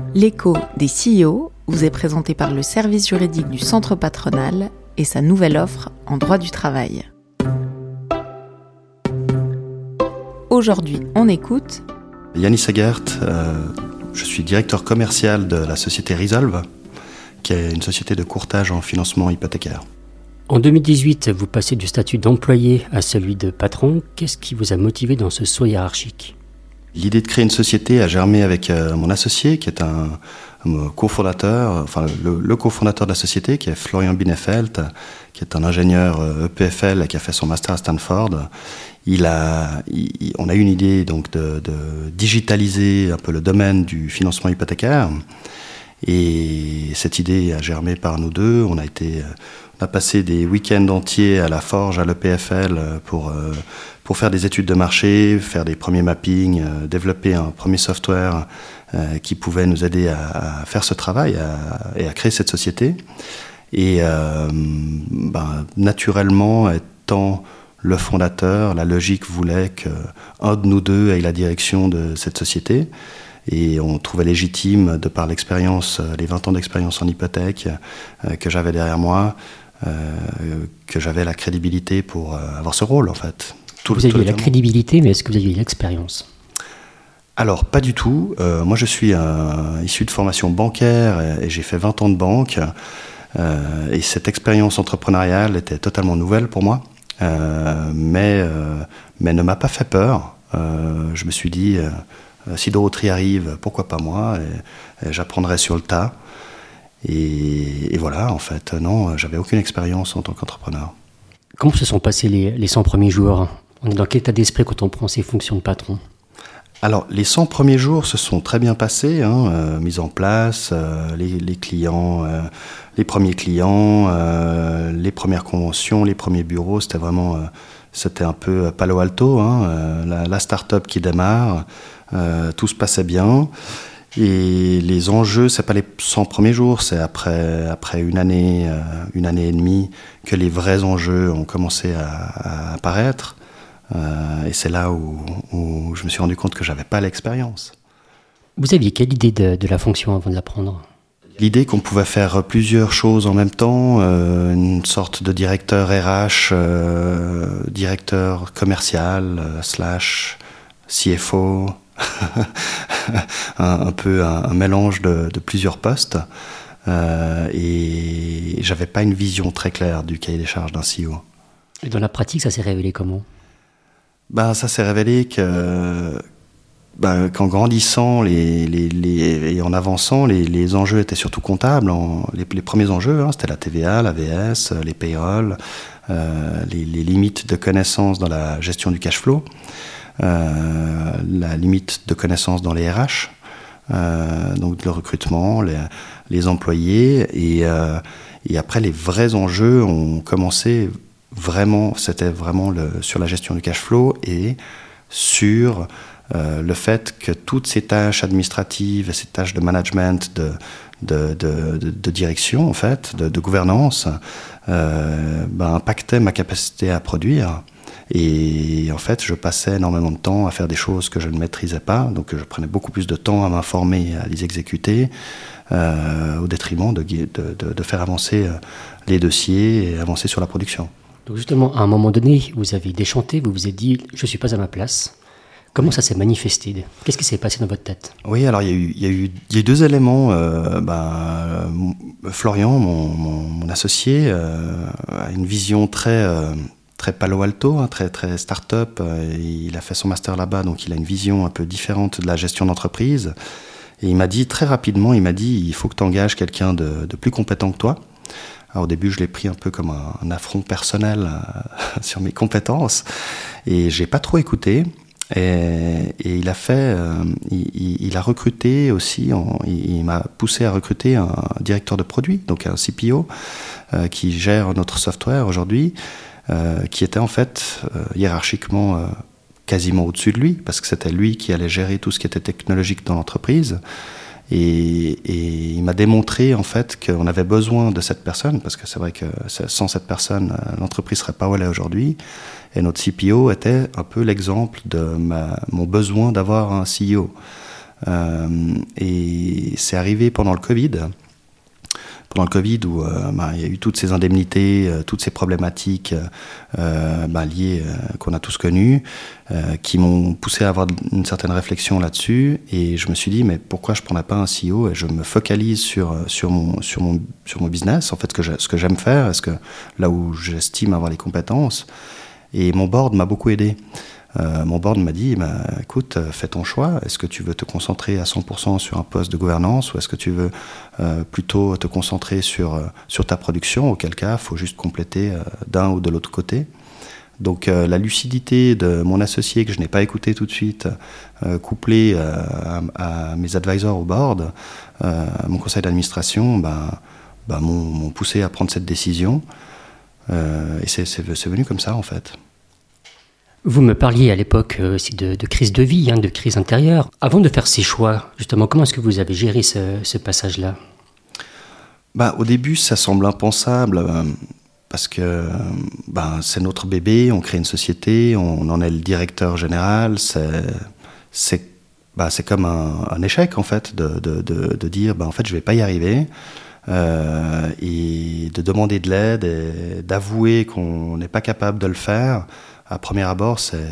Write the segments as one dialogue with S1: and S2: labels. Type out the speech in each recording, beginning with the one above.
S1: L'écho des CEO vous est présenté par le service juridique du Centre Patronal et sa nouvelle offre en droit du travail. Aujourd'hui, on écoute
S2: Yannis Egert, je suis directeur commercial de la société Resolve, qui est une société de courtage en financement hypothécaire.
S3: En 2018, vous passez du statut d'employé à celui de patron. Qu'est-ce qui vous a motivé dans ce saut hiérarchique ?
S2: L'idée de créer une société a germé avec mon associé, qui est un cofondateur, enfin le cofondateur de la société, qui est Florian Binnefeld, qui est un ingénieur EPFL et qui a fait son master à Stanford. On a eu une idée donc de digitaliser un peu le domaine du financement hypothécaire. Et cette idée a germé par nous deux. On a passé des week-ends entiers à la forge, à l'EPFL pour faire des études de marché, faire des premiers mappings, développer un premier software qui pouvait nous aider à faire ce travail et à créer cette société. Et naturellement, étant le fondateur, la logique voulait qu'un de nous deux ait la direction de cette société. Et on trouvait légitime, de par l'expérience, les 20 ans d'expérience en hypothèque que j'avais derrière moi, que j'avais la crédibilité pour avoir ce rôle, en fait.
S3: Vous aviez la crédibilité, mais est-ce que vous aviez l'expérience ?
S2: Alors, pas du tout. Moi, je suis issu de formation bancaire et j'ai fait 20 ans de banque. Et cette expérience entrepreneuriale était totalement nouvelle pour moi, mais ne m'a pas fait peur. Je me suis dit... si Dorothée arrive, pourquoi pas moi, et j'apprendrai sur le tas. Et voilà, en fait, non, j'avais aucune expérience en tant qu'entrepreneur.
S3: Comment se sont passés les 100 premiers jours ? On est dans quel état d'esprit quand on prend ses fonctions de patron ?
S2: Alors, les 100 premiers jours se sont très bien passés, mise en place, les clients, les premiers clients, les premières conventions, les premiers bureaux, c'était un peu Palo Alto, la start-up qui démarre. Tout se passait bien et les enjeux, c'est pas les 100 premiers jours, c'est après une année et demie que les vrais enjeux ont commencé à apparaître, et c'est là où je me suis rendu compte que j'avais pas l'expérience.
S3: Vous aviez quelle idée de la fonction avant de la prendre ?
S2: L'idée qu'on pouvait faire plusieurs choses en même temps, une sorte de directeur RH, directeur commercial, / CFO, un peu un mélange de plusieurs postes, et j'avais pas une vision très claire du cahier des charges d'un CEO.
S3: Et dans la pratique, ça s'est révélé comment ?
S2: Ça s'est révélé qu'en grandissant et en avançant, les enjeux étaient surtout comptables. Les premiers enjeux, c'était la TVA, l'AVS, les payrolls, les limites de connaissances dans la gestion du cash flow. La limite de connaissances dans les RH, donc le recrutement, les employés, et après les vrais enjeux ont commencé vraiment, c'était vraiment sur la gestion du cash flow et sur le fait que toutes ces tâches administratives et ces tâches de management, de direction en fait, de gouvernance, impactaient ma capacité à produire. Et en fait, je passais énormément de temps à faire des choses que je ne maîtrisais pas. Donc, je prenais beaucoup plus de temps à m'informer, à les exécuter, au détriment de faire avancer les dossiers et avancer sur la production.
S3: Donc justement, à un moment donné, vous avez déchanté, vous vous êtes dit « je ne suis pas à ma place ». Comment ça s'est manifesté ? Qu'est-ce qui s'est passé dans votre tête ?
S2: Oui, alors il y a eu deux éléments. Florian, mon associé, a une vision très Palo Alto, très, très start-up. Il a fait son master là-bas, donc il a une vision un peu différente de la gestion d'entreprise. Et il m'a dit très rapidement, il faut que tu engages quelqu'un de plus compétent que toi. Alors, au début, je l'ai pris un peu comme un affront personnel sur mes compétences. Et j'ai pas trop écouté. Et il a recruté aussi, il m'a poussé à recruter un directeur de produit, donc un CPO, qui gère notre software aujourd'hui, qui était en fait hiérarchiquement quasiment au-dessus de lui, parce que c'était lui qui allait gérer tout ce qui était technologique dans l'entreprise. Et il m'a démontré en fait qu'on avait besoin de cette personne, parce que c'est vrai que sans cette personne, l'entreprise serait pas où elle est aujourd'hui. Et notre CPO était un peu l'exemple de mon besoin d'avoir un CEO. Et c'est arrivé pendant le Covid. Pendant le Covid où il y a eu toutes ces indemnités, toutes ces problématiques liées qu'on a tous connues, qui m'ont poussé à avoir une certaine réflexion là-dessus. Et je me suis dit, mais pourquoi je ne prendrais pas un CEO et je me focalise sur mon business, en fait, ce que j'aime faire, là où j'estime avoir les compétences. Et mon board m'a beaucoup aidé. Mon board m'a dit, écoute, fais ton choix. Est-ce que tu veux te concentrer à 100% sur un poste de gouvernance ou est-ce que tu veux plutôt te concentrer sur ta production, auquel cas, il faut juste compléter d'un ou de l'autre côté. Donc la lucidité de mon associé que je n'ai pas écouté tout de suite, couplée à mes advisors au board, mon conseil d'administration, m'ont poussé à prendre cette décision. Et c'est venu comme ça, en fait.
S3: Vous me parliez à l'époque aussi de crise de vie, de crise intérieure. Avant de faire ces choix, justement, comment est-ce que vous avez géré ce passage-là ?
S2: Au début, ça semble impensable parce que c'est notre bébé, on crée une société, on en est le directeur général. C'est comme un échec, en fait, de dire en fait, je ne vais pas y arriver. Et de demander de l'aide et d'avouer qu'on n'est pas capable de le faire. À premier abord, ça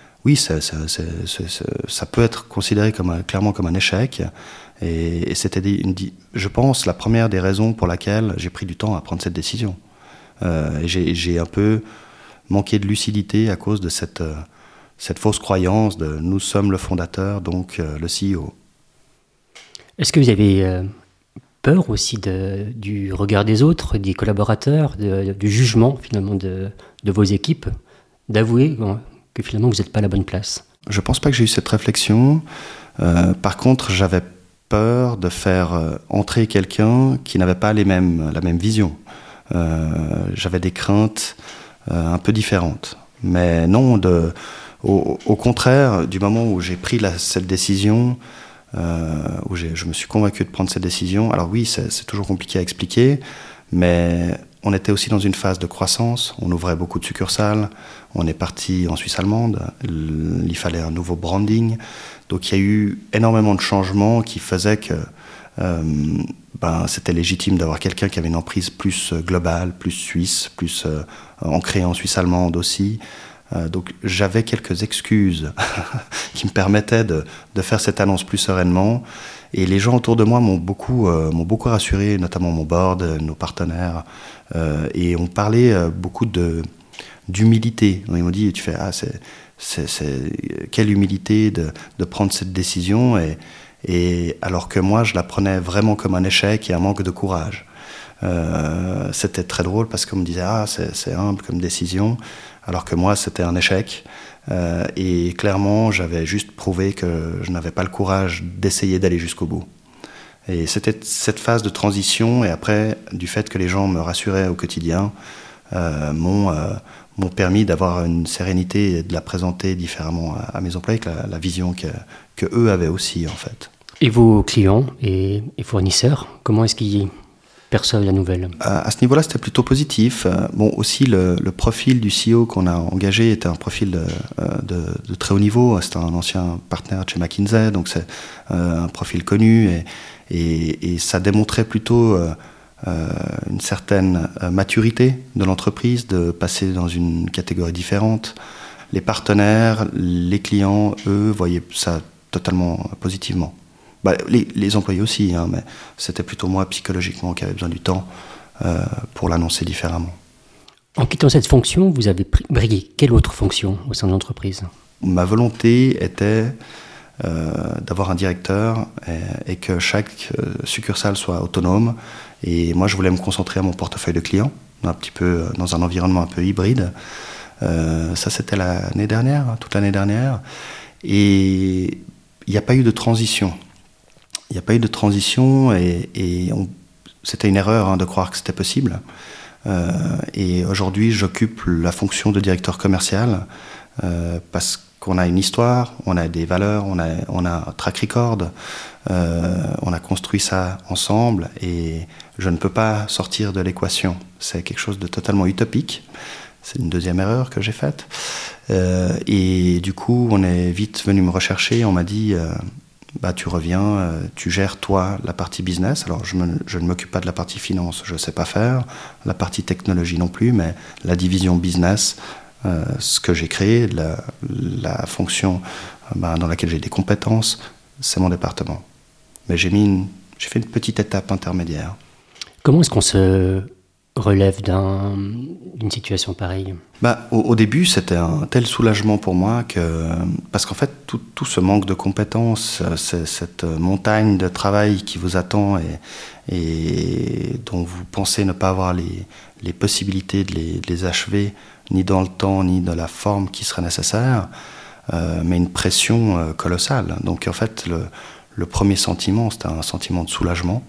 S2: peut être considéré clairement comme un échec. Et c'était, je pense, la première des raisons pour laquelle j'ai pris du temps à prendre cette décision. Et j'ai un peu manqué de lucidité à cause de cette fausse croyance de nous sommes le fondateur, donc le CEO.
S3: Est-ce que vous avez peur aussi du regard des autres, des collaborateurs, du jugement finalement de vos équipes, d'avouer que finalement vous n'êtes pas à la bonne place ?
S2: Je ne pense pas que j'ai eu cette réflexion. Par contre, j'avais peur de faire entrer quelqu'un qui n'avait pas la même vision. J'avais des craintes un peu différentes. Mais non, au contraire, du moment où j'ai pris cette décision, où je me suis convaincu de prendre cette décision, alors oui, c'est toujours compliqué à expliquer, mais on était aussi dans une phase de croissance, on ouvrait beaucoup de succursales, on est parti en Suisse allemande, il fallait un nouveau branding, donc il y a eu énormément de changements qui faisaient que c'était légitime d'avoir quelqu'un qui avait une emprise plus globale, plus suisse, plus ancrée en Suisse allemande aussi. Donc j'avais quelques excuses qui me permettaient de faire cette annonce plus sereinement. Et les gens autour de moi m'ont beaucoup rassuré, notamment mon board, nos partenaires. Et on parlait beaucoup d'humilité. Ils m'ont dit, tu fais, quelle humilité de prendre cette décision. Et alors que moi, je la prenais vraiment comme un échec et un manque de courage. C'était très drôle parce qu'on me disait, c'est humble comme décision. Alors que moi, c'était un échec. Et clairement, j'avais juste prouvé que je n'avais pas le courage d'essayer d'aller jusqu'au bout. Et c'était cette phase de transition, et après, du fait que les gens me rassuraient au quotidien, m'ont permis d'avoir une sérénité et de la présenter différemment à mes employés, avec la vision que eux avaient aussi, en fait.
S3: Et vos clients et fournisseurs, comment est-ce qu'ils perçoivent la nouvelle ?
S2: À ce niveau-là, c'était plutôt positif. Aussi, le profil du CEO qu'on a engagé était un profil de très haut niveau. C'était un ancien partenaire de chez McKinsey, donc c'est un profil connu. Et ça démontrait plutôt une certaine maturité de l'entreprise, de passer dans une catégorie différente. Les partenaires, les clients, eux, voyaient ça totalement positivement. Les employés aussi, mais c'était plutôt moi psychologiquement qui avait besoin du temps pour l'annoncer différemment.
S3: En quittant cette fonction, vous avez brigué quelle autre fonction au sein de l'entreprise ?
S2: Ma volonté était d'avoir un directeur et que chaque succursale soit autonome. Et moi, je voulais me concentrer à mon portefeuille de clients, un petit peu dans un environnement un peu hybride. Ça, c'était l'année dernière, toute l'année dernière. Et il n'y a pas eu de transition. Il n'y a pas eu de transition et c'était une erreur de croire que c'était possible. Et aujourd'hui, j'occupe la fonction de directeur commercial parce qu'on a une histoire, on a des valeurs, on a un track record, on a construit ça ensemble et je ne peux pas sortir de l'équation. C'est quelque chose de totalement utopique. C'est une deuxième erreur que j'ai faite. Et du coup, on est vite venu me rechercher. On m'a dit, tu reviens, tu gères toi la partie business. Alors je ne m'occupe pas de la partie finance, je ne sais pas faire, la partie technologie non plus, mais la division business, ce que j'ai créé, la fonction dans laquelle j'ai des compétences, c'est mon département. Mais j'ai fait une petite étape intermédiaire.
S3: Comment est-ce qu'on se relève d'une situation pareille ?
S2: Au début, c'était un tel soulagement pour moi parce qu'en fait, tout ce manque de compétences, cette montagne de travail qui vous attend et dont vous pensez ne pas avoir les possibilités de les achever, ni dans le temps, ni dans la forme qui serait nécessaire, mais une pression colossale. Donc en fait, le premier sentiment, c'était un sentiment de soulagement,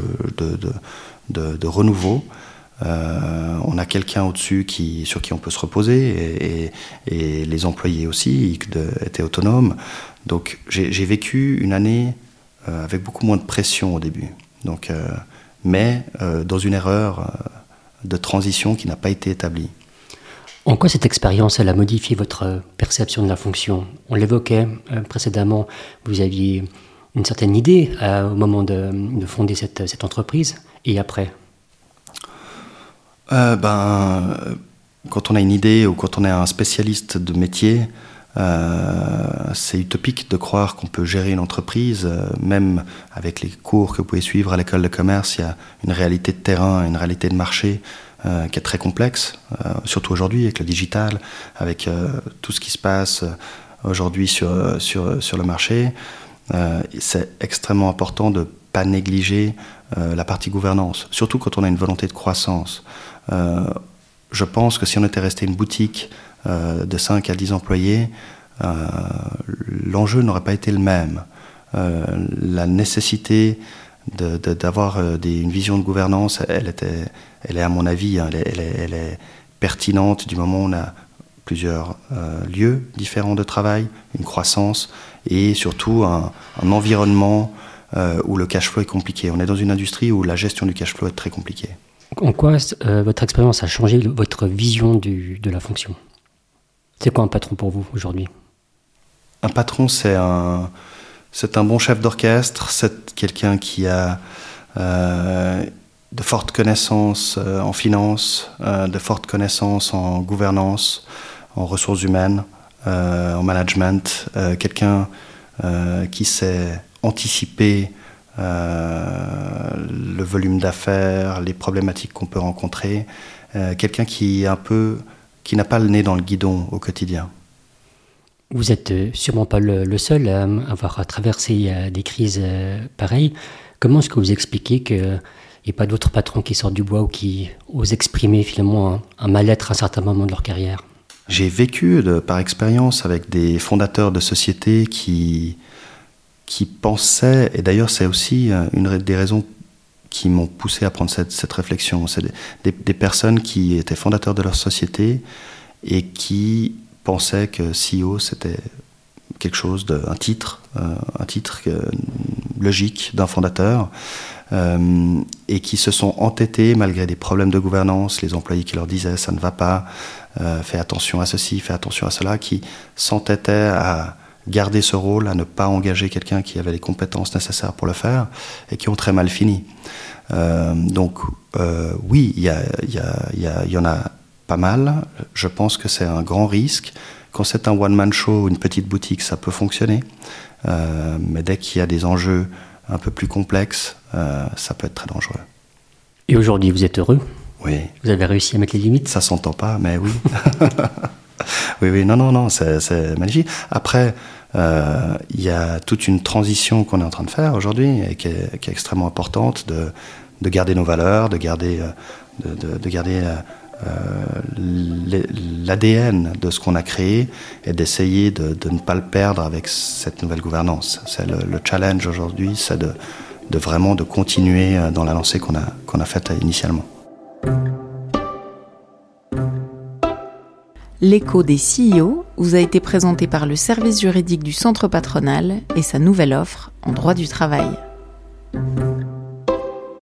S2: de renouveau. On a quelqu'un au-dessus sur qui on peut se reposer et les employés aussi étaient autonomes. Donc j'ai vécu une année avec beaucoup moins de pression au début. Donc, mais dans une erreur de transition qui n'a pas été établie.
S3: En quoi cette expérience elle a modifié votre perception de la fonction ? On l'évoquait précédemment, vous aviez une certaine idée au moment de fonder cette entreprise et après ?
S2: Quand on a une idée ou quand on est un spécialiste de métier, c'est utopique de croire qu'on peut gérer une entreprise, même avec les cours que vous pouvez suivre à l'école de commerce. Il y a une réalité de terrain, une réalité de marché qui est très complexe, surtout aujourd'hui avec le digital, avec tout ce qui se passe aujourd'hui sur le marché. C'est extrêmement important de ne pas négliger la partie gouvernance, surtout quand on a une volonté de croissance. Je pense que si on était resté une boutique de 5 à 10 employés, l'enjeu n'aurait pas été le même. La nécessité d'avoir une vision de gouvernance, elle est à mon avis, elle est pertinente du moment où on a plusieurs lieux différents de travail, une croissance et surtout un environnement où le cash flow est compliqué. On est dans une industrie où la gestion du cash flow est très compliquée.
S3: En quoi votre expérience a changé votre vision de la fonction ? C'est quoi un patron pour vous aujourd'hui ?
S2: Un patron, c'est un bon chef d'orchestre, c'est quelqu'un qui a de fortes connaissances en finance, de fortes connaissances en gouvernance, en ressources humaines, en management, quelqu'un qui sait anticiper le volume d'affaires, les problématiques qu'on peut rencontrer, quelqu'un qui n'a pas le nez dans le guidon au quotidien.
S3: Vous n'êtes sûrement pas le seul à avoir traversé des crises pareilles. Comment est-ce que vous expliquez qu'il n'y ait pas d'autres patrons qui sortent du bois ou qui osent exprimer finalement un mal-être à un certain moment de leur carrière ?
S2: J'ai vécu par expérience avec des fondateurs de sociétés qui pensaient, et d'ailleurs c'est aussi une des raisons qui m'ont poussé à prendre cette réflexion, c'est des personnes qui étaient fondateurs de leur société et qui pensaient que CEO c'était quelque chose un titre logique d'un fondateur, et qui se sont entêtés malgré des problèmes de gouvernance, les employés qui leur disaient ça ne va pas, fais attention à ceci, fais attention à cela, qui s'entêtaient à garder ce rôle, à ne pas engager quelqu'un qui avait les compétences nécessaires pour le faire, et qui ont très mal fini. Donc oui, il y en a pas mal. Je pense que c'est un grand risque. Quand c'est un one-man show, une petite boutique, ça peut fonctionner. Mais dès qu'il y a des enjeux un peu plus complexes, ça peut être très dangereux.
S3: Et aujourd'hui, vous êtes heureux ?
S2: Oui.
S3: Vous avez réussi à mettre les limites ?
S2: Ça s'entend pas, mais oui. Oui, non, c'est magnifique. Après, il y a toute une transition qu'on est en train de faire aujourd'hui et qui est extrêmement importante de garder nos valeurs, de garder l'ADN de ce qu'on a créé et d'essayer de ne pas le perdre avec cette nouvelle gouvernance. C'est le challenge aujourd'hui, c'est de vraiment de continuer dans la lancée qu'on a faite initialement.
S1: L'écho des CEO vous a été présenté par le service juridique du Centre patronal et sa nouvelle offre en droit du travail.